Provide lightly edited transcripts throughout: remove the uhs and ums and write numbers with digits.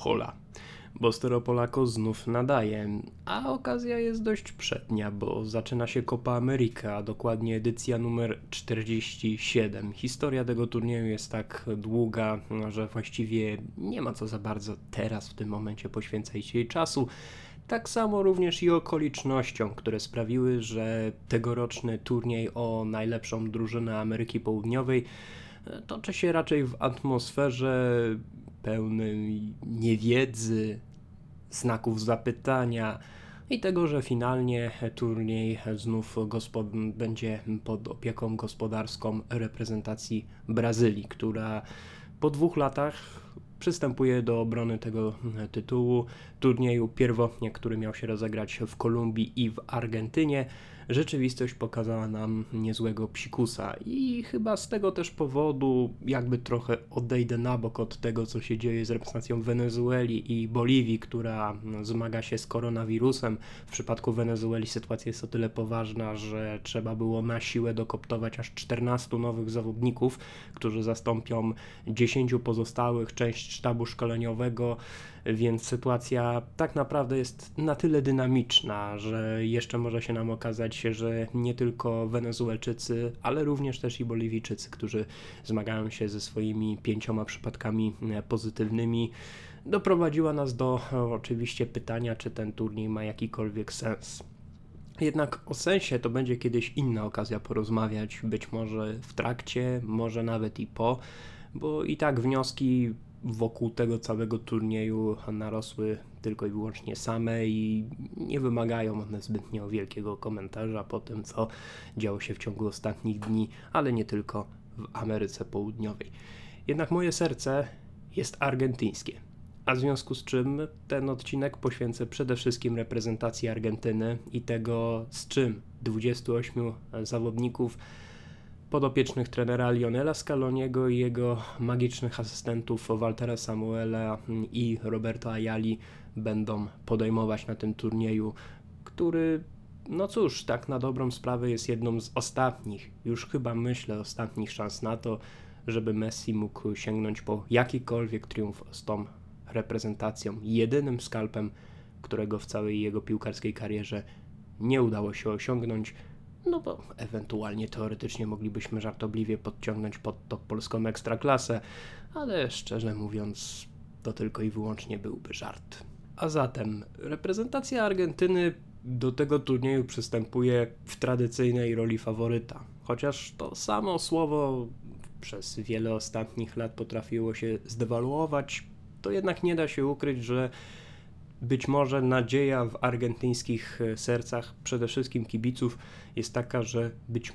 Hola, bo Stereopolako znów nadaje, a okazja jest dość przednia, bo zaczyna się Copa America, a dokładnie edycja numer 47. Historia tego turnieju jest tak długa, że właściwie nie ma co za bardzo teraz w tym momencie poświęcać jej czasu. Tak samo również i okolicznościom, które sprawiły, że tegoroczny turniej o najlepszą drużynę Ameryki Południowej toczy się raczej w atmosferze pełnej niewiedzy, znaków zapytania i tego, że finalnie turniej znów będzie pod opieką gospodarską reprezentacji Brazylii, która po 2 latach przystępuje do obrony tego tytułu. Turnieju pierwotnie, który miał się rozegrać w Kolumbii i w Argentynie, rzeczywistość pokazała nam niezłego psikusa i chyba z tego też powodu jakby trochę odejdę na bok od tego, co się dzieje z reprezentacją Wenezueli i Boliwii, która zmaga się z koronawirusem. W przypadku Wenezueli sytuacja jest o tyle poważna, że trzeba było na siłę dokoptować aż 14 nowych zawodników, którzy zastąpią 10 pozostałych, część sztabu szkoleniowego, więc sytuacja tak naprawdę jest na tyle dynamiczna, że jeszcze może się nam okazać, że nie tylko Wenezuelczycy, ale również też i Boliwijczycy, którzy zmagają się ze swoimi 5 przypadkami pozytywnymi, doprowadziła nas do oczywiście pytania, czy ten turniej ma jakikolwiek sens. Jednak o sensie to będzie kiedyś inna okazja porozmawiać, być może w trakcie, może nawet i po, bo i tak wnioski wokół tego całego turnieju narosły tylko i wyłącznie same i nie wymagają one zbytnio wielkiego komentarza po tym, co działo się w ciągu ostatnich dni, ale nie tylko w Ameryce Południowej. Jednak moje serce jest argentyńskie, a w związku z czym ten odcinek poświęcę przede wszystkim reprezentacji Argentyny i tego, z czym 28 zawodników podopiecznych trenera Lionela Scaloniego i jego magicznych asystentów Waltera Samuela i Roberto Ayali będą podejmować na tym turnieju, który, no cóż, tak na dobrą sprawę jest jedną z ostatnich, już chyba myślę ostatnich szans na to, żeby Messi mógł sięgnąć po jakikolwiek triumf z tą reprezentacją, jedynym skalpem, którego w całej jego piłkarskiej karierze nie udało się osiągnąć. No bo ewentualnie teoretycznie moglibyśmy żartobliwie podciągnąć pod to polską ekstraklasę, ale szczerze mówiąc to tylko i wyłącznie byłby żart. A zatem reprezentacja Argentyny do tego turnieju przystępuje w tradycyjnej roli faworyta. Chociaż to samo słowo przez wiele ostatnich lat potrafiło się zdewaluować, to jednak nie da się ukryć, że być może nadzieja w argentyńskich sercach, przede wszystkim kibiców, jest taka, że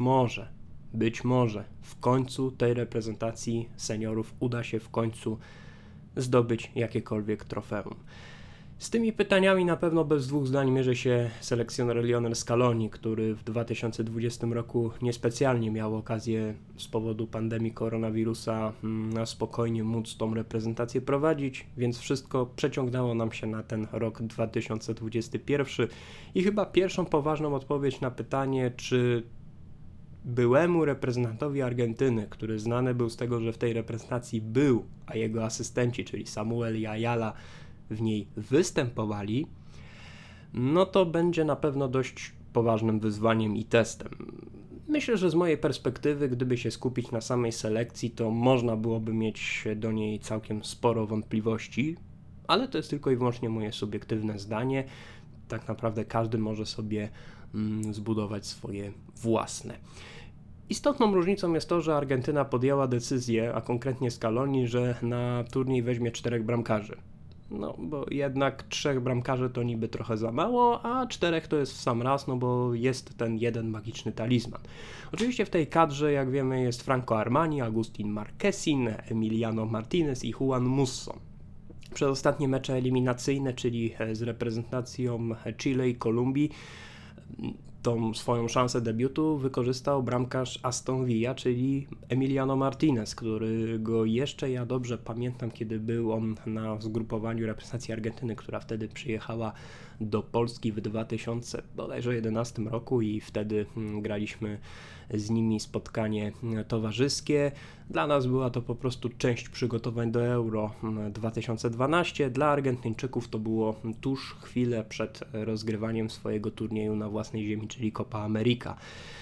być może w końcu tej reprezentacji seniorów uda się w końcu zdobyć jakiekolwiek trofeum. Z tymi pytaniami na pewno bez dwóch zdań mierzy się selekcjoner Lionel Scaloni, który w 2020 roku niespecjalnie miał okazję z powodu pandemii koronawirusa na spokojnie móc tą reprezentację prowadzić, więc wszystko przeciągnęło nam się na ten rok 2021 i chyba pierwszą poważną odpowiedź na pytanie, czy byłemu reprezentantowi Argentyny, który znany był z tego, że w tej reprezentacji był, a jego asystenci, czyli Samuel i Ayala, w niej występowali, no to będzie na pewno dość poważnym wyzwaniem i testem. Myślę, że z mojej perspektywy, gdyby się skupić na samej selekcji, to można byłoby mieć do niej całkiem sporo wątpliwości, ale to jest tylko i wyłącznie moje subiektywne zdanie. Tak naprawdę każdy może sobie zbudować swoje własne. Istotną różnicą jest to, że Argentyna podjęła decyzję, a konkretnie Scaloni, że na turniej weźmie 4 bramkarzy. No, bo jednak 3 bramkarzy to niby trochę za mało, a 4 to jest w sam raz, no bo jest ten jeden magiczny talizman. Oczywiście w tej kadrze, jak wiemy, jest Franco Armani, Agustin Marquezin, Emiliano Martinez i Juan Musso. Przez ostatnie mecze eliminacyjne, czyli z reprezentacją Chile i Kolumbii, tą swoją szansę debiutu wykorzystał bramkarz Aston Villa, czyli Emiliano Martinez, którego jeszcze ja dobrze pamiętam, kiedy był on na zgrupowaniu reprezentacji Argentyny, która wtedy przyjechała do Polski w 2011 roku i wtedy graliśmy z nimi spotkanie towarzyskie. Dla nas była to po prostu część przygotowań do Euro 2012. Dla Argentyńczyków to było tuż chwilę przed rozgrywaniem swojego turnieju na własnej ziemi, czyli Copa America.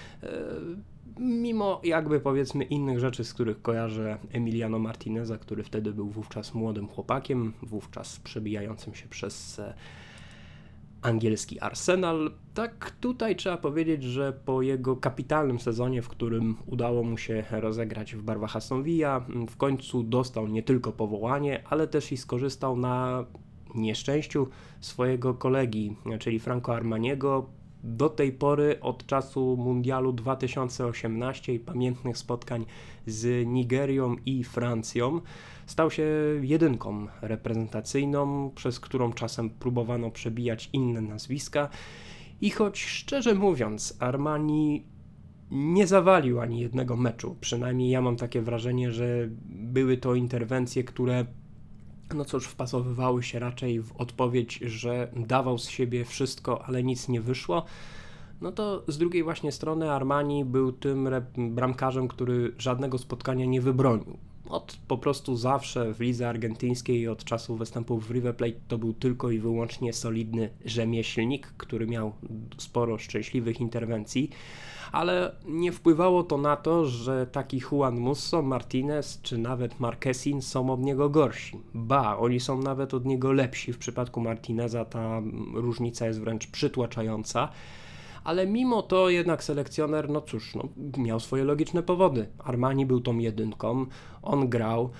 Mimo jakby powiedzmy innych rzeczy, z których kojarzę Emiliano Martineza, który wtedy był wówczas młodym chłopakiem, wówczas przebijającym się przez angielski Arsenal. Tak tutaj trzeba powiedzieć, że po jego kapitalnym sezonie, w którym udało mu się rozegrać w barwach Aston Villa, w końcu dostał nie tylko powołanie, ale też i skorzystał na nieszczęściu swojego kolegi, czyli Franco Armaniego. Do tej pory, od czasu Mundialu 2018 i pamiętnych spotkań z Nigerią i Francją, stał się jedynką reprezentacyjną, przez którą czasem próbowano przebijać inne nazwiska. I choć szczerze mówiąc, Armani nie zawalił ani jednego meczu, przynajmniej ja mam takie wrażenie, że były to interwencje, które no cóż, wpasowywały się raczej w odpowiedź, że dawał z siebie wszystko, ale nic nie wyszło, no to z drugiej właśnie strony Armani był tym bramkarzem, który żadnego spotkania nie wybronił. Po prostu zawsze w lidze argentyńskiej od czasu występów w River Plate to był tylko i wyłącznie solidny rzemieślnik, który miał sporo szczęśliwych interwencji, ale nie wpływało to na to, że taki Juan Musso, Martinez czy nawet Marquezin są od niego gorsi. Ba, oni są nawet od niego lepsi. W przypadku Martineza ta różnica jest wręcz przytłaczająca. Ale mimo to jednak selekcjoner, miał swoje logiczne powody. Armani był tą jedynką, on grał,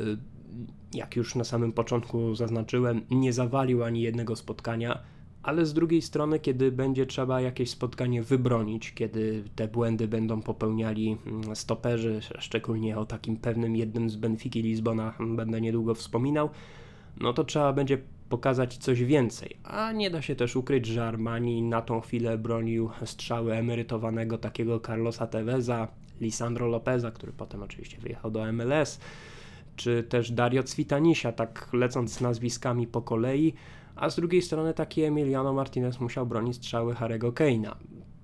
jak już na samym początku zaznaczyłem, nie zawalił ani jednego spotkania, ale z drugiej strony, kiedy będzie trzeba jakieś spotkanie wybronić, kiedy te błędy będą popełniali stoperzy, szczególnie o takim pewnym jednym z Benfiki Lizbona będę niedługo wspominał, no to trzeba będzie pokazać coś więcej, a nie da się też ukryć, że Armani na tą chwilę bronił strzały emerytowanego takiego Carlosa Teveza, Lisandro Lopeza, który potem oczywiście wyjechał do MLS, czy też Dario Cvitanisia, tak lecąc z nazwiskami po kolei, a z drugiej strony taki Emiliano Martinez musiał bronić strzały Harry'ego Kane'a,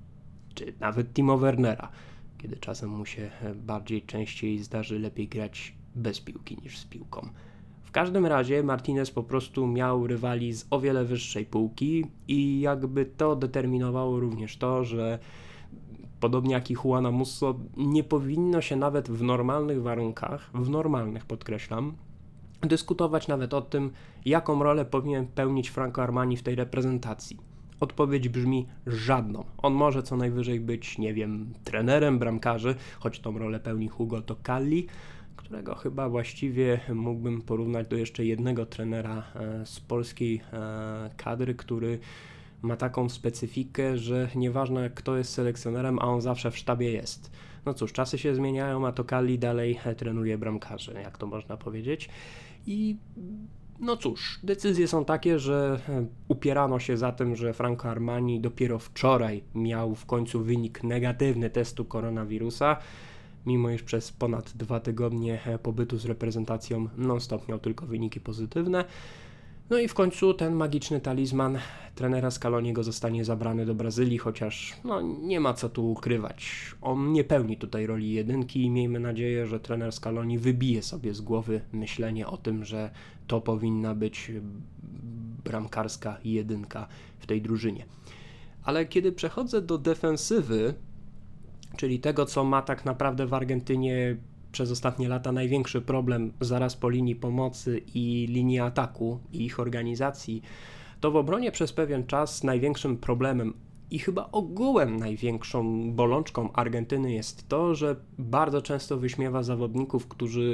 czy nawet Timo Wernera, kiedy czasem mu się częściej zdarzy lepiej grać bez piłki niż z piłką. W każdym razie Martinez po prostu miał rywali z o wiele wyższej półki i jakby to determinowało również to, że podobnie jak i Juana Musso nie powinno się nawet w normalnych warunkach, podkreślam, dyskutować nawet o tym, jaką rolę powinien pełnić Franco Armani w tej reprezentacji. Odpowiedź brzmi żadną. On może co najwyżej być, trenerem bramkarzy, choć tą rolę pełni Hugo Tocalli, którego chyba właściwie mógłbym porównać do jeszcze jednego trenera z polskiej kadry, który ma taką specyfikę, że nieważne kto jest selekcjonerem, a on zawsze w sztabie jest. No cóż, czasy się zmieniają, a Tocalli dalej trenuje bramkarzy, jak to można powiedzieć. I no cóż, decyzje są takie, że upierano się za tym, że Franco Armani dopiero wczoraj miał w końcu wynik negatywny testu koronawirusa, mimo iż przez ponad 2 tygodnie pobytu z reprezentacją non-stop miał tylko wyniki pozytywne. No i w końcu ten magiczny talizman trenera Scaloniego zostanie zabrany do Brazylii, chociaż nie ma co tu ukrywać. On nie pełni tutaj roli jedynki i miejmy nadzieję, że trener Scaloni wybije sobie z głowy myślenie o tym, że to powinna być bramkarska jedynka w tej drużynie. Ale kiedy przechodzę do defensywy, czyli tego, co ma tak naprawdę w Argentynie przez ostatnie lata największy problem zaraz po linii pomocy i linii ataku i ich organizacji, to w obronie przez pewien czas największym problemem i chyba ogółem największą bolączką Argentyny jest to, że bardzo często wyśmiewa zawodników, którzy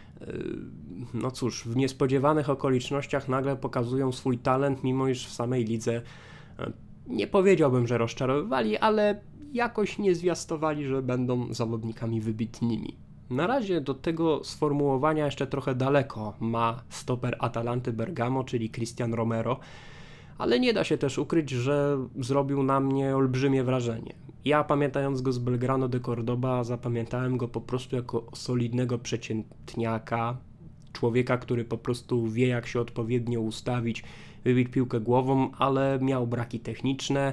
w niespodziewanych okolicznościach nagle pokazują swój talent, mimo iż w samej lidze nie powiedziałbym, że rozczarowywali, ale jakoś nie zwiastowali, że będą zawodnikami wybitnymi. Na razie do tego sformułowania jeszcze trochę daleko ma stoper Atalanty Bergamo, czyli Cristian Romero, ale nie da się też ukryć, że zrobił na mnie olbrzymie wrażenie. Ja, pamiętając go z Belgrano de Cordoba, zapamiętałem go po prostu jako solidnego przeciętniaka, człowieka, który po prostu wie, jak się odpowiednio ustawić, wybić piłkę głową, ale miał braki techniczne,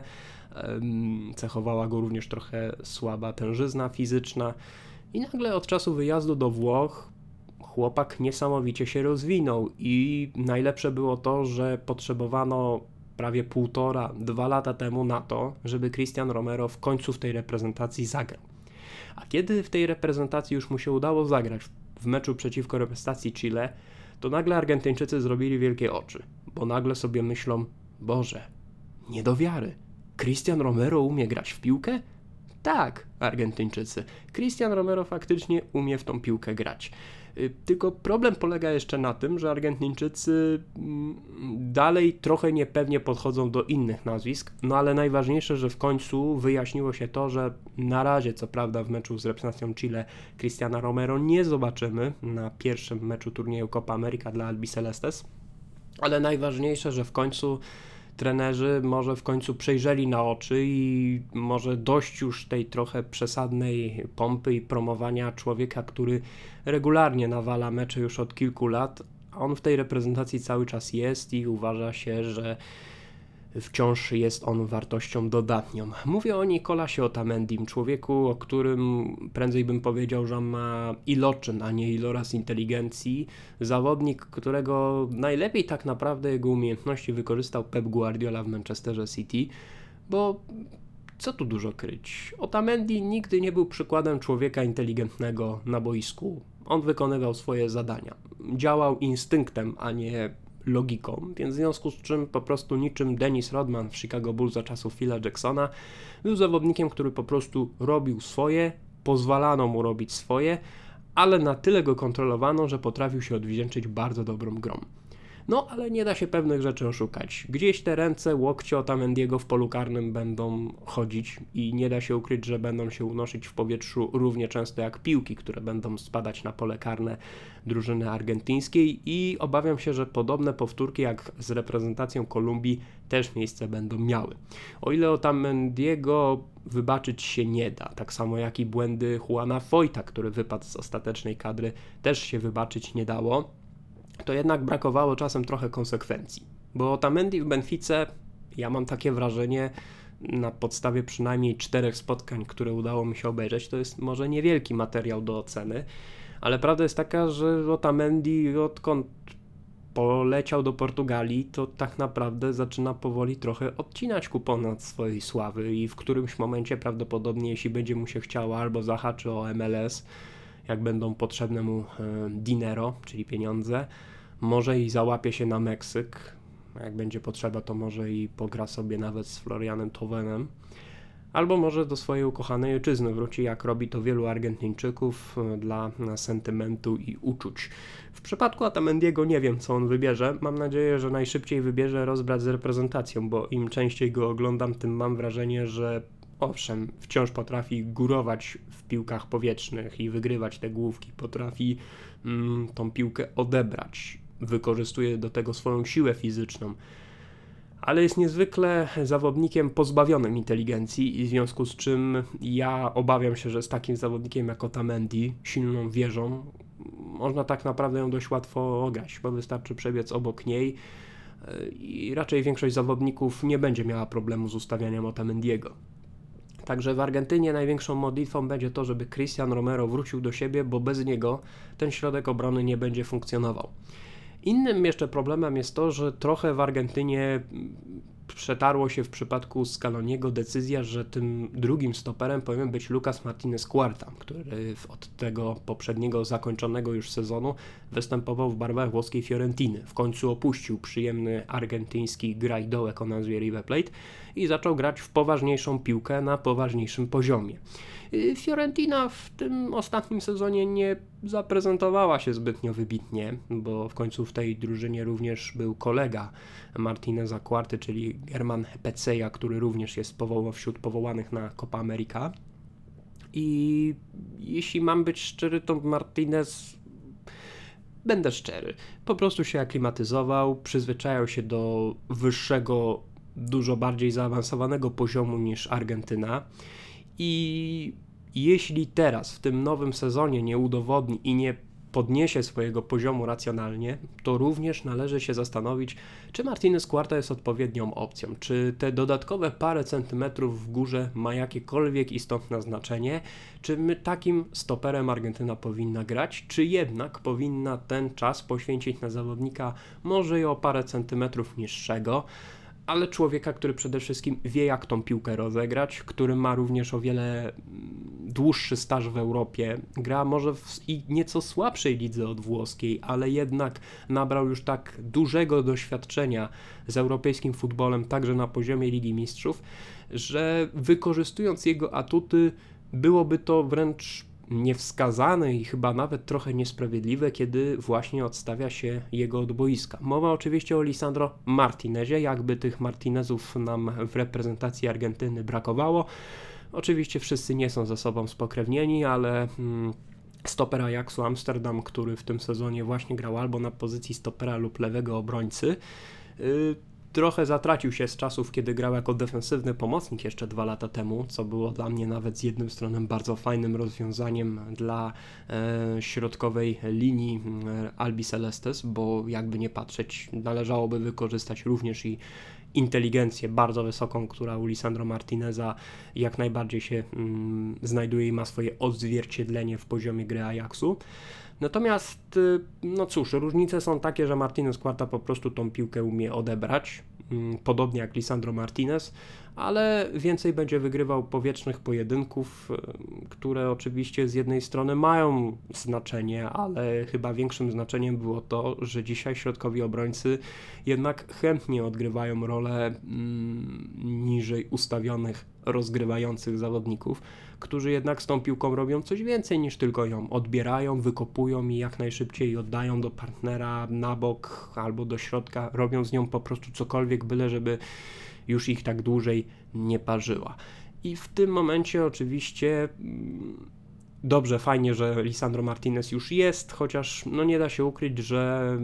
cechowała go również trochę słaba tężyzna fizyczna i nagle od czasu wyjazdu do Włoch chłopak niesamowicie się rozwinął i najlepsze było to, że potrzebowano prawie 1,5–2 lata temu na to, żeby Cristian Romero w końcu w tej reprezentacji zagrał. A kiedy w tej reprezentacji już mu się udało zagrać w meczu przeciwko reprezentacji Chile, to nagle Argentyńczycy zrobili wielkie oczy, bo nagle sobie myślą: Boże, nie do wiary, Cristian Romero umie grać w piłkę? Tak, Argentyńczycy, Cristian Romero faktycznie umie w tą piłkę grać. Tylko problem polega jeszcze na tym, że Argentyńczycy dalej trochę niepewnie podchodzą do innych nazwisk, no ale najważniejsze, że w końcu wyjaśniło się to, że na razie, co prawda, w meczu z reprezentacją Chile Cristiana Romero nie zobaczymy na pierwszym meczu turnieju Copa America dla Albicelestes, ale najważniejsze, że w końcu trenerzy może w końcu przejrzeli na oczy i może dość już tej trochę przesadnej pompy i promowania człowieka, który regularnie nawala mecze już od kilku lat, a on w tej reprezentacji cały czas jest i uważa się, że wciąż jest on wartością dodatnią. Mówię o Nicolasie Otamendim, człowieku, o którym prędzej bym powiedział, że ma iloczyn, a nie iloraz inteligencji. Zawodnik, którego najlepiej tak naprawdę jego umiejętności wykorzystał Pep Guardiola w Manchesterze City, bo co tu dużo kryć. Otamendi nigdy nie był przykładem człowieka inteligentnego na boisku. On wykonywał swoje zadania. Działał instynktem, a nie logiką, więc w związku z czym po prostu niczym Dennis Rodman w Chicago Bulls za czasów Phila Jacksona był zawodnikiem, który po prostu robił swoje, pozwalano mu robić swoje, ale na tyle go kontrolowano, że potrafił się odwdzięczyć bardzo dobrą grą. No, ale nie da się pewnych rzeczy oszukać. Gdzieś te ręce, łokcie Otamendiego w polu karnym będą chodzić i nie da się ukryć, że będą się unosić w powietrzu równie często jak piłki, które będą spadać na pole karne drużyny argentyńskiej i obawiam się, że podobne powtórki jak z reprezentacją Kolumbii też miejsce będą miały. O ile Otamendiego wybaczyć się nie da, tak samo jak i błędy Juana Foyta, który wypadł z ostatecznej kadry, też się wybaczyć nie dało, to jednak brakowało czasem trochę konsekwencji. Bo Otamendi w Benfice, ja mam takie wrażenie, na podstawie przynajmniej 4 spotkań, które udało mi się obejrzeć, to jest może niewielki materiał do oceny, ale prawda jest taka, że Otamendi odkąd poleciał do Portugalii, to tak naprawdę zaczyna powoli trochę odcinać kupon od swojej sławy i w którymś momencie prawdopodobnie, jeśli będzie mu się chciało, albo zahaczy o MLS, jak będą potrzebne mu dinero, czyli pieniądze, może i załapie się na Meksyk, jak będzie potrzeba, to może i pogra sobie nawet z Florianem Thauvinem, albo może do swojej ukochanej ojczyzny wróci, jak robi to wielu Argentyńczyków, dla sentymentu i uczuć. W przypadku Otamendiego nie wiem, co on wybierze. Mam nadzieję, że najszybciej wybierze rozbrać z reprezentacją, bo im częściej go oglądam, tym mam wrażenie, że owszem, wciąż potrafi górować w piłkach powietrznych i wygrywać te główki, potrafi tą piłkę odebrać, wykorzystuje do tego swoją siłę fizyczną, ale jest niezwykle zawodnikiem pozbawionym inteligencji i w związku z czym ja obawiam się, że z takim zawodnikiem jak Otamendi, silną wieżą, można tak naprawdę ją dość łatwo ograć, bo wystarczy przebiec obok niej i raczej większość zawodników nie będzie miała problemu z ustawianiem Otamendiego. Także w Argentynie największą modlitwą będzie to, żeby Cristian Romero wrócił do siebie, bo bez niego ten środek obrony nie będzie funkcjonował. Innym jeszcze problemem jest to, że trochę w Argentynie przetarło się w przypadku Scaloniego decyzja, że tym drugim stoperem powinien być Lucas Martinez Cuarta, który od tego poprzedniego zakończonego już sezonu występował w barwach włoskiej Fiorentiny. W końcu opuścił przyjemny argentyński graj dołek o nazwie River Plate i zaczął grać w poważniejszą piłkę na poważniejszym poziomie. Fiorentina w tym ostatnim sezonie nie zaprezentowała się zbytnio wybitnie, bo w końcu w tej drużynie również był kolega Martineza Cuarty, czyli German Peceja, który również jest wśród powołanych na Copa America. I jeśli mam być szczery, to Martinez będę szczery, po prostu się aklimatyzował, przyzwyczajał się do wyższego, dużo bardziej zaawansowanego poziomu niż Argentyna i jeśli teraz w tym nowym sezonie nie udowodni i nie podniesie swojego poziomu racjonalnie, to również należy się zastanowić, czy Martínez Cuarta jest odpowiednią opcją, czy te dodatkowe parę centymetrów w górze ma jakiekolwiek istotne znaczenie, czy takim stoperem Argentyna powinna grać, czy jednak powinna ten czas poświęcić na zawodnika może i o parę centymetrów niższego, ale człowieka, który przede wszystkim wie, jak tą piłkę rozegrać, który ma również o wiele dłuższy staż w Europie, gra może i nieco słabszej lidze od włoskiej, ale jednak nabrał już tak dużego doświadczenia z europejskim futbolem, także na poziomie Ligi Mistrzów, że wykorzystując jego atuty, byłoby to wręcz niewskazane i chyba nawet trochę niesprawiedliwe, kiedy właśnie odstawia się jego od boiska. Mowa oczywiście o Lisandro Martinezie, jakby tych Martinezów nam w reprezentacji Argentyny brakowało. Oczywiście wszyscy nie są ze sobą spokrewnieni, ale stoper Ajaxu Amsterdam, który w tym sezonie właśnie grał albo na pozycji stopera lub lewego obrońcy, trochę zatracił się z czasów, kiedy grał jako defensywny pomocnik jeszcze 2 lata temu, co było dla mnie nawet z jednej strony bardzo fajnym rozwiązaniem dla środkowej linii Albi Celestes, bo jakby nie patrzeć, należałoby wykorzystać również i inteligencję bardzo wysoką, która u Lisandro Martineza jak najbardziej się znajduje i ma swoje odzwierciedlenie w poziomie gry Ajaxu. Natomiast, no cóż, różnice są takie, że Martínez Cuarta po prostu tą piłkę umie odebrać, podobnie jak Lisandro Martínez, ale więcej będzie wygrywał powietrznych pojedynków, które oczywiście z jednej strony mają znaczenie, ale chyba większym znaczeniem było to, że dzisiaj środkowi obrońcy jednak chętnie odgrywają rolę niżej ustawionych, rozgrywających zawodników, którzy jednak z tą piłką robią coś więcej niż tylko ją odbierają, wykopują i jak najszybciej oddają do partnera na bok albo do środka, robią z nią po prostu cokolwiek, byle żeby już ich tak dłużej nie parzyła. I w tym momencie oczywiście dobrze, fajnie, że Lisandro Martínez już jest, chociaż no nie da się ukryć, że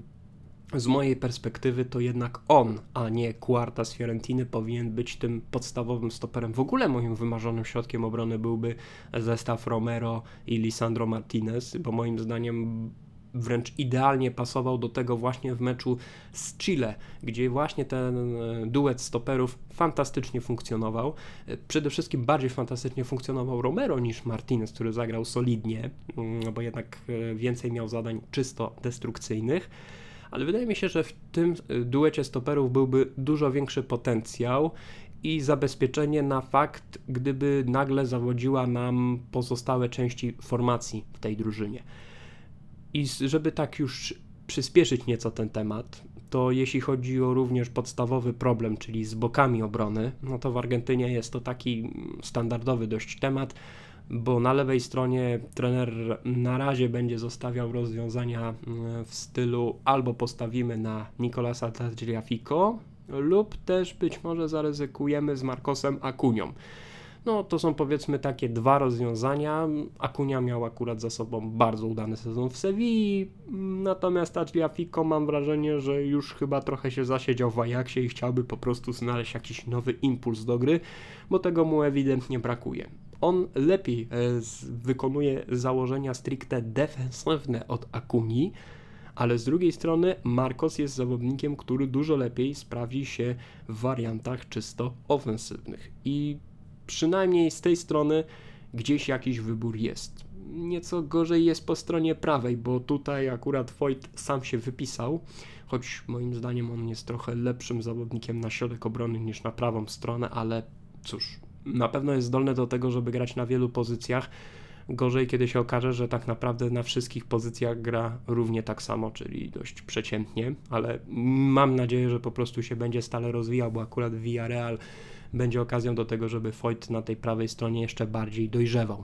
z mojej perspektywy to jednak on, a nie Cuarta z Fiorentiny powinien być tym podstawowym stoperem. W ogóle moim wymarzonym środkiem obrony byłby zestaw Romero i Lisandro Martínez, bo moim zdaniem wręcz idealnie pasował do tego właśnie w meczu z Chile, gdzie właśnie ten duet stoperów fantastycznie funkcjonował. Przede wszystkim bardziej fantastycznie funkcjonował Romero niż Martínez, który zagrał solidnie, bo jednak więcej miał zadań czysto destrukcyjnych. Ale wydaje mi się, że w tym duecie stoperów byłby dużo większy potencjał i zabezpieczenie na fakt, gdyby nagle zawodziła nam pozostałe części formacji w tej drużynie. I żeby tak już przyspieszyć nieco ten temat, to jeśli chodzi o również podstawowy problem, czyli z bokami obrony, no to w Argentynie jest to taki standardowy dość temat, bo na lewej stronie trener na razie będzie zostawiał rozwiązania w stylu albo postawimy na Nicolasa Tagliafico lub też być może zaryzykujemy z Marcosem Acuñą. No to są powiedzmy takie 2 rozwiązania. Acuña miał akurat za sobą bardzo udany sezon w Sewilli, natomiast Tagliafico mam wrażenie, że już chyba trochę się zasiedział w Ajaxie i chciałby po prostu znaleźć jakiś nowy impuls do gry, bo tego mu ewidentnie brakuje. On lepiej wykonuje założenia stricte defensywne od Acuni, ale z drugiej strony Marcos jest zawodnikiem, który dużo lepiej sprawdzi się w wariantach czysto ofensywnych i przynajmniej z tej strony gdzieś jakiś wybór jest. Nieco gorzej jest po stronie prawej, bo tutaj akurat Foyt sam się wypisał, choć moim zdaniem on jest trochę lepszym zawodnikiem na środek obrony niż na prawą stronę, ale cóż, na pewno jest zdolny do tego, żeby grać na wielu pozycjach. Gorzej, kiedy się okaże, że tak naprawdę na wszystkich pozycjach gra równie tak samo, czyli dość przeciętnie, ale mam nadzieję, że po prostu się będzie stale rozwijał, bo akurat Villarreal będzie okazją do tego, żeby Foyt na tej prawej stronie jeszcze bardziej dojrzewał.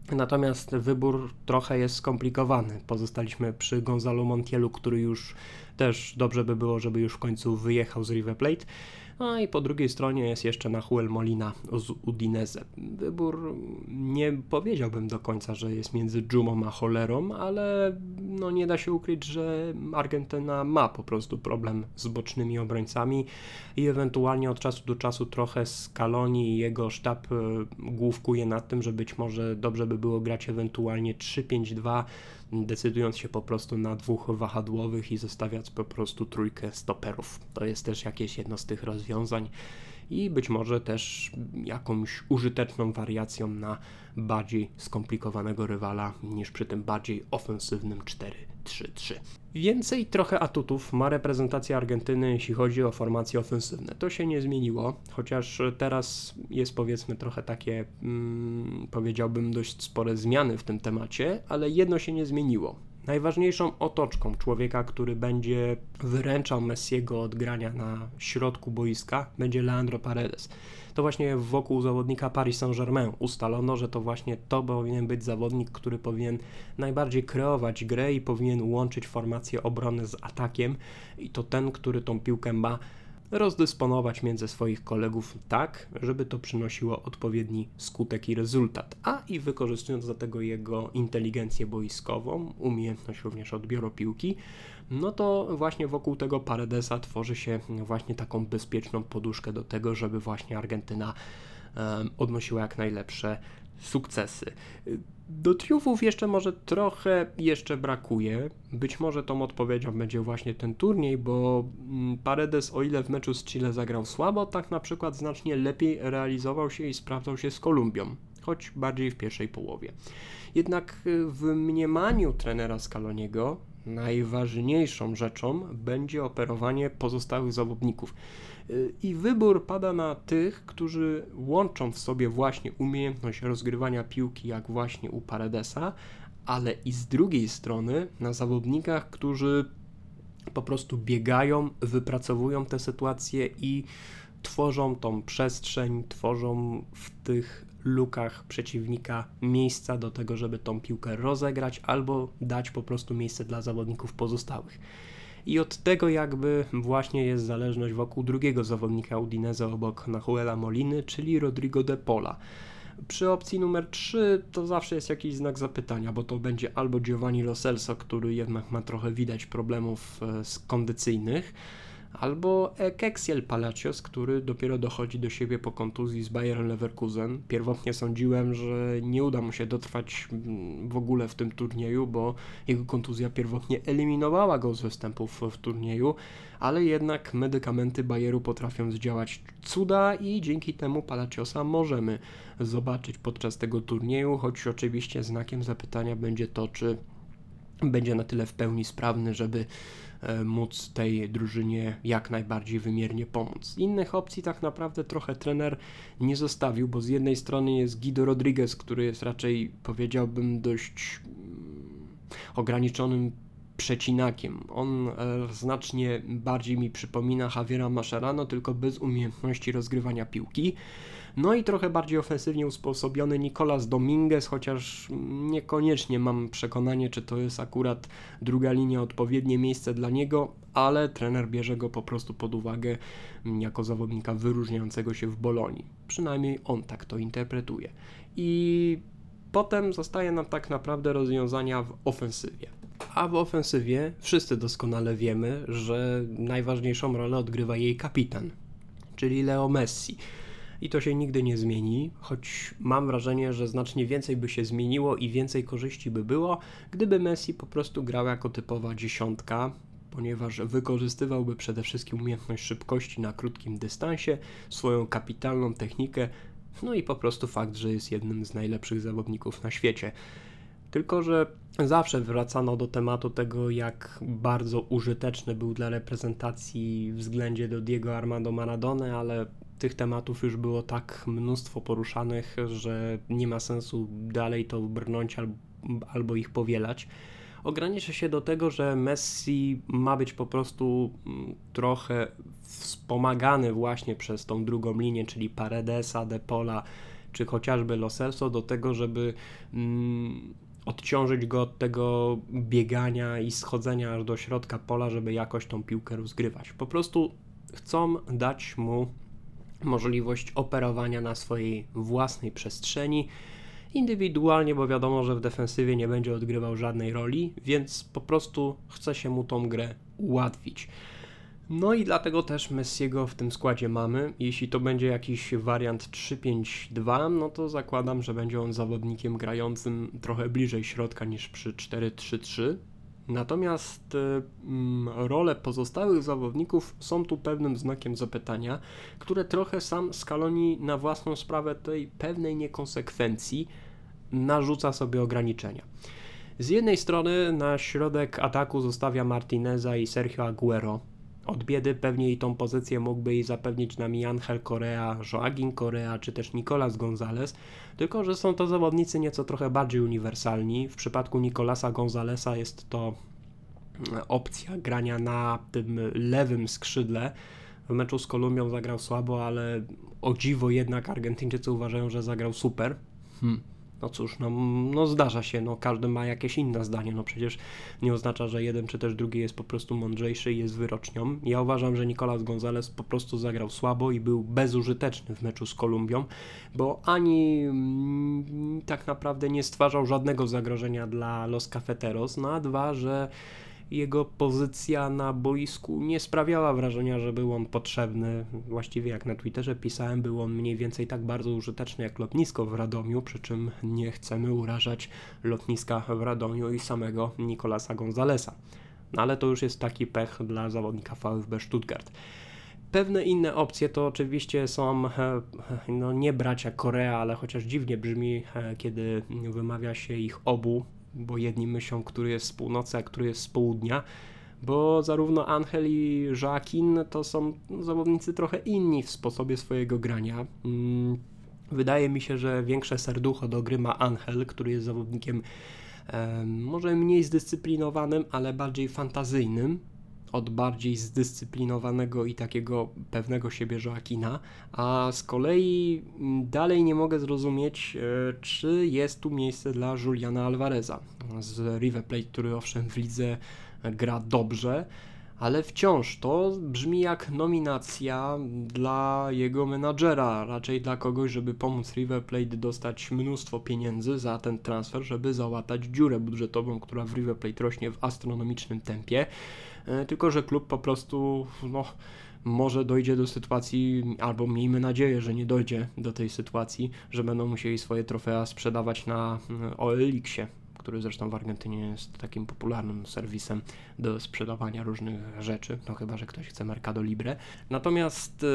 Natomiast wybór trochę jest skomplikowany. Pozostaliśmy przy Gonzalo Montielu, który już Też dobrze by było, żeby już w końcu wyjechał z River Plate. No i po drugiej stronie jest jeszcze Nahuel Molina z Udinese. Wybór nie powiedziałbym do końca, że jest między dżumą a cholerą, ale no nie da się ukryć, że Argentyna ma po prostu problem z bocznymi obrońcami i ewentualnie od czasu do czasu trochę Scaloni i jego sztab główkuje nad tym, że być może dobrze by było grać ewentualnie 3-5-2, decydując się po prostu na dwóch wahadłowych i zostawiać po prostu trójkę stoperów. To jest też jakieś jedno z tych rozwiązań i być może też jakąś użyteczną wariacją na bardziej skomplikowanego rywala niż przy tym bardziej ofensywnym 4-3-3. Więcej trochę atutów ma reprezentacja Argentyny, jeśli chodzi o formacje ofensywne. To się nie zmieniło, chociaż teraz jest powiedzmy trochę takie, powiedziałbym, dość spore zmiany w tym temacie, ale jedno się nie zmieniło. Najważniejszą otoczką człowieka, który będzie wyręczał Messiego od grania na środku boiska, będzie Leandro Paredes. To właśnie wokół zawodnika Paris Saint-Germain ustalono, że to właśnie to powinien być zawodnik, który powinien najbardziej kreować grę i powinien łączyć formację obrony z atakiem i to ten, który tą piłkę ma rozdysponować między swoich kolegów tak, żeby to przynosiło odpowiedni skutek i rezultat, a i wykorzystując do tego jego inteligencję boiskową, umiejętność również odbioru piłki, no to właśnie wokół tego Paredesa tworzy się właśnie taką bezpieczną poduszkę do tego, żeby właśnie Argentyna odnosiła jak najlepsze sukcesy. Do triumfów jeszcze może trochę brakuje. Być może tą odpowiedzią będzie właśnie ten turniej, bo Paredes, o ile w meczu z Chile zagrał słabo, tak na przykład znacznie lepiej realizował się i sprawdzał się z Kolumbią, choć bardziej w pierwszej połowie. Jednak w mniemaniu trenera Scaloniego najważniejszą rzeczą będzie operowanie pozostałych zawodników. I wybór pada na tych, którzy łączą w sobie właśnie umiejętność rozgrywania piłki, jak właśnie u Paredesa, ale i z drugiej strony na zawodnikach, którzy po prostu biegają, wypracowują te sytuacje i tworzą tą przestrzeń, tworzą w tych lukach przeciwnika miejsca do tego, żeby tą piłkę rozegrać albo dać po prostu miejsce dla zawodników pozostałych. I od tego jakby właśnie jest zależność wokół drugiego zawodnika Udinese obok Nahuela Moliny, czyli Rodrigo de Paula. Przy opcji numer 3 to zawsze jest jakiś znak zapytania, bo to będzie albo Giovanni Lo Celso, który jednak ma trochę widać problemów kondycyjnych, albo Ezequiel Palacios, który dopiero dochodzi do siebie po kontuzji z Bayern Leverkusen. Pierwotnie sądziłem, że nie uda mu się dotrwać w ogóle w tym turnieju, bo jego kontuzja pierwotnie eliminowała go z występów w turnieju, ale jednak medykamenty Bayeru potrafią zdziałać cuda i dzięki temu Palaciosa możemy zobaczyć podczas tego turnieju, choć oczywiście znakiem zapytania będzie to, czy będzie na tyle w pełni sprawny, żeby móc tej drużynie jak najbardziej wymiernie pomóc. Innych opcji tak naprawdę trochę trener nie zostawił, bo z jednej strony jest Guido Rodriguez, który jest raczej, powiedziałbym, dość ograniczonym przecinakiem. On znacznie bardziej mi przypomina Javiera Mascherano, tylko bez umiejętności rozgrywania piłki. No i trochę bardziej ofensywnie usposobiony Nicolas Dominguez, chociaż niekoniecznie mam przekonanie, czy to jest akurat druga linia, odpowiednie miejsce dla niego, ale trener bierze go po prostu pod uwagę jako zawodnika wyróżniającego się w Bolonii. Przynajmniej on tak to interpretuje. I potem zostaje nam tak naprawdę rozwiązania w ofensywie. A w ofensywie wszyscy doskonale wiemy, że najważniejszą rolę odgrywa jej kapitan, czyli Leo Messi. I to się nigdy nie zmieni, choć mam wrażenie, że znacznie więcej by się zmieniło i więcej korzyści by było, gdyby Messi po prostu grał jako typowa dziesiątka, ponieważ wykorzystywałby przede wszystkim umiejętność szybkości na krótkim dystansie, swoją kapitalną technikę, no i po prostu fakt, że jest jednym z najlepszych zawodników na świecie. Tylko że zawsze wracano do tematu tego, jak bardzo użyteczny był dla reprezentacji względzie do Diego Armando Maradony, ale tych tematów już było tak mnóstwo poruszanych, że nie ma sensu dalej to brnąć albo ich powielać. Ogranicza się do tego, że Messi ma być po prostu trochę wspomagany właśnie przez tą drugą linię, czyli Paredesa, De Paula, czy chociażby Lo Celso do tego, żeby odciążyć go od tego biegania i schodzenia aż do środka pola, żeby jakoś tą piłkę rozgrywać. Po prostu chcą dać mu możliwość operowania na swojej własnej przestrzeni, indywidualnie, bo wiadomo, że w defensywie nie będzie odgrywał żadnej roli, więc po prostu chce się mu tą grę ułatwić. No i dlatego też Messiego w tym składzie mamy. Jeśli to będzie jakiś wariant 3-5-2, no to zakładam, że będzie on zawodnikiem grającym trochę bliżej środka niż przy 4-3-3. Natomiast role pozostałych zawodników są tu pewnym znakiem zapytania, które trochę sam Scaloni na własną sprawę tej pewnej niekonsekwencji narzuca sobie ograniczenia. Z jednej strony na środek ataku zostawia Martineza i Sergio Aguero. Od biedy pewnie i tą pozycję mógłby jej zapewnić nam i Angel Correa, Joaquin Correa czy też Nicolas González, tylko że są to zawodnicy nieco trochę bardziej uniwersalni. W przypadku Nicolasa Gonzáleza jest to opcja grania na tym lewym skrzydle. W meczu z Kolumbią zagrał słabo, ale o dziwo jednak Argentyńczycy uważają, że zagrał super. No cóż, no zdarza się, no każdy ma jakieś inne zdanie, no przecież nie oznacza, że jeden czy też drugi jest po prostu mądrzejszy i jest wyrocznią. Ja uważam, że Nicolas González po prostu zagrał słabo i był bezużyteczny w meczu z Kolumbią, bo ani tak naprawdę nie stwarzał żadnego zagrożenia dla Los Cafeteros, no a dwa, że jego pozycja na boisku nie sprawiała wrażenia, że był on potrzebny. Właściwie jak na Twitterze pisałem, był on mniej więcej tak bardzo użyteczny jak lotnisko w Radomiu, przy czym nie chcemy urażać lotniska w Radomiu i samego Nicolasa Gonzáleza. No ale to już jest taki pech dla zawodnika VfB Stuttgart. Pewne inne opcje to oczywiście są, no nie bracia Correa, ale chociaż dziwnie brzmi, kiedy wymawia się ich obu, bo jedni myślą, który jest z północy, a który jest z południa, bo zarówno Angel i Joaquin to są zawodnicy trochę inni w sposobie swojego grania. Wydaje mi się, że większe serducho do gry ma Angel, który jest zawodnikiem może mniej zdyscyplinowanym, ale bardziej fantazyjnym od bardziej zdyscyplinowanego i takiego pewnego siebie Joaquina, a z kolei dalej nie mogę zrozumieć, czy jest tu miejsce dla Juliana Alvareza z River Plate, który owszem w lidze gra dobrze, ale wciąż to brzmi jak nominacja dla jego menadżera, raczej dla kogoś, żeby pomóc River Plate dostać mnóstwo pieniędzy za ten transfer, żeby załatać dziurę budżetową, która w River Plate rośnie w astronomicznym tempie. Tylko że klub po prostu może dojdzie do sytuacji, albo miejmy nadzieję, że nie dojdzie do tej sytuacji, że będą musieli swoje trofea sprzedawać na OLX-ie, który zresztą w Argentynie jest takim popularnym serwisem do sprzedawania różnych rzeczy, no chyba że ktoś chce Mercado Libre. Natomiast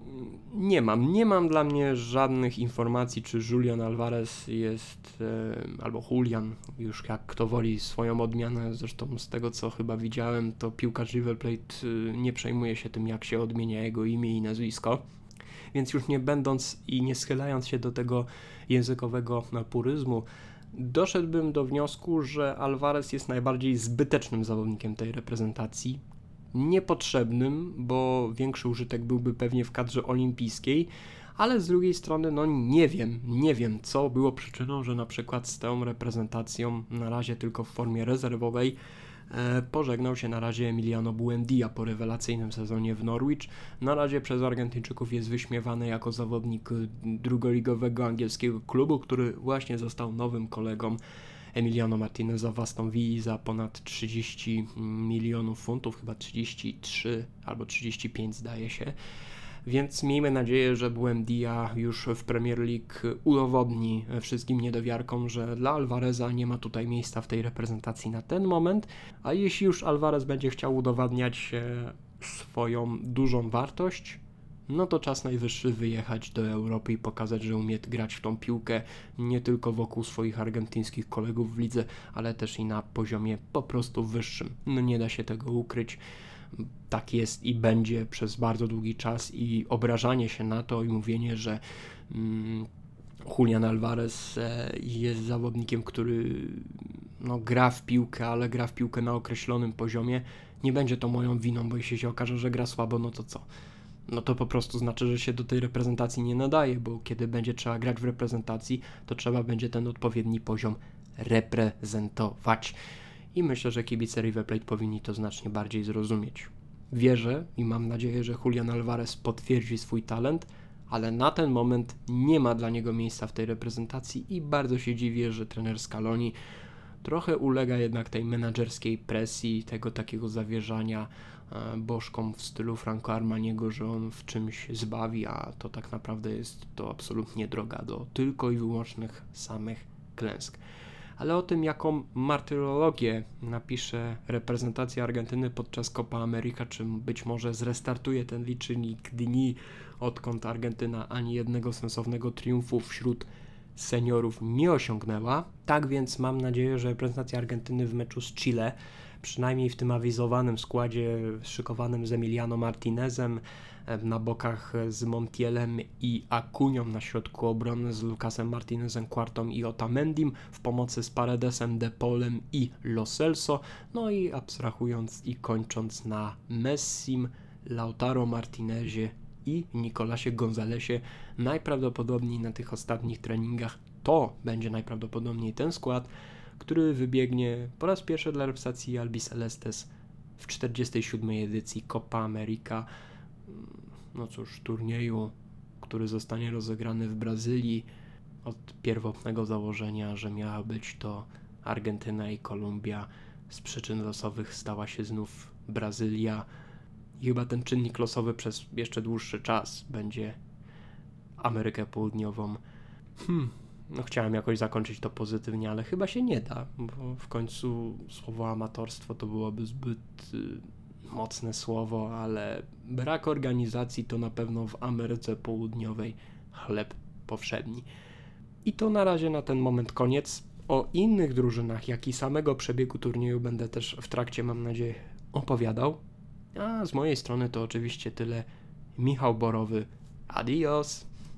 nie mam dla mnie żadnych informacji, czy Julian Alvarez jest, albo Julian, już jak kto woli swoją odmianę, zresztą z tego co chyba widziałem, to piłkarz River Plate nie przejmuje się tym, jak się odmienia jego imię i nazwisko. Więc już nie będąc i nie schylając się do tego językowego puryzmu, doszedłbym do wniosku, że Alvarez jest najbardziej zbytecznym zawodnikiem tej reprezentacji, niepotrzebnym, bo większy użytek byłby pewnie w kadrze olimpijskiej, ale z drugiej strony nie wiem co było przyczyną, że na przykład z tą reprezentacją na razie tylko w formie rezerwowej pożegnał się na razie Emiliano Buendia po rewelacyjnym sezonie w Norwich. Na razie przez Argentyńczyków jest wyśmiewany jako zawodnik drugoligowego angielskiego klubu, który właśnie został nowym kolegą Emiliano Martineza w Aston Villa za ponad 30 milionów funtów, chyba 33 albo 35 zdaje się. Więc miejmy nadzieję, że Buendia już w Premier League udowodni wszystkim niedowiarkom, że dla Alvareza nie ma tutaj miejsca w tej reprezentacji na ten moment, a jeśli już Alvarez będzie chciał udowadniać swoją dużą wartość, no to czas najwyższy wyjechać do Europy i pokazać, że umie grać w tą piłkę nie tylko wokół swoich argentyńskich kolegów w lidze, ale też i na poziomie po prostu wyższym. No nie da się tego ukryć. Tak jest i będzie przez bardzo długi czas i obrażanie się na to i mówienie, że Julian Alvarez jest zawodnikiem, który gra w piłkę, ale gra w piłkę na określonym poziomie, nie będzie to moją winą, bo jeśli się okaże, że gra słabo, no to co? No to po prostu znaczy, że się do tej reprezentacji nie nadaje, bo kiedy będzie trzeba grać w reprezentacji, to trzeba będzie ten odpowiedni poziom reprezentować. I myślę, że kibice River Plate powinni to znacznie bardziej zrozumieć. Wierzę i mam nadzieję, że Julian Alvarez potwierdzi swój talent, ale na ten moment nie ma dla niego miejsca w tej reprezentacji i bardzo się dziwię, że trener Scaloni trochę ulega jednak tej menadżerskiej presji, tego takiego zawierzania bożkom w stylu Franco Armaniego, że on w czymś zbawi, a to tak naprawdę jest to absolutnie droga do tylko i wyłącznych samych klęsk. Ale o tym, jaką martyrologię napisze reprezentacja Argentyny podczas Copa America, czy być może zrestartuje ten licznik dni, odkąd Argentyna ani jednego sensownego triumfu wśród seniorów nie osiągnęła. Tak więc mam nadzieję, że reprezentacja Argentyny w meczu z Chile, przynajmniej w tym awizowanym składzie szykowanym z Emiliano Martinezem, na bokach z Montielem i Acuñą, na środku obrony z Lucasem Martinezem, Quartą i Otamendim, w pomocy z Paredesem, De Paulem i Lo Celso, no i abstrahując i kończąc na Messim, Lautaro Martinezie i Nicolasie Gonzalesie. Najprawdopodobniej na tych ostatnich treningach to będzie najprawdopodobniej ten skład, który wybiegnie po raz pierwszy dla reprezentacji Albicelestes w 47. edycji Copa America, no cóż, turnieju, który zostanie rozegrany w Brazylii od pierwotnego założenia, że miała być to Argentyna i Kolumbia. Z przyczyn losowych stała się znów Brazylia i chyba ten czynnik losowy przez jeszcze dłuższy czas będzie Amerykę Południową. No chciałem jakoś zakończyć to pozytywnie, ale chyba się nie da, bo w końcu słowo amatorstwo to byłoby zbyt mocne słowo, ale brak organizacji to na pewno w Ameryce Południowej chleb powszedni. I to na razie na ten moment koniec. O innych drużynach, jak i samego przebiegu turnieju będę też w trakcie, mam nadzieję, opowiadał. A z mojej strony to oczywiście tyle. Michał Borowy. Adios!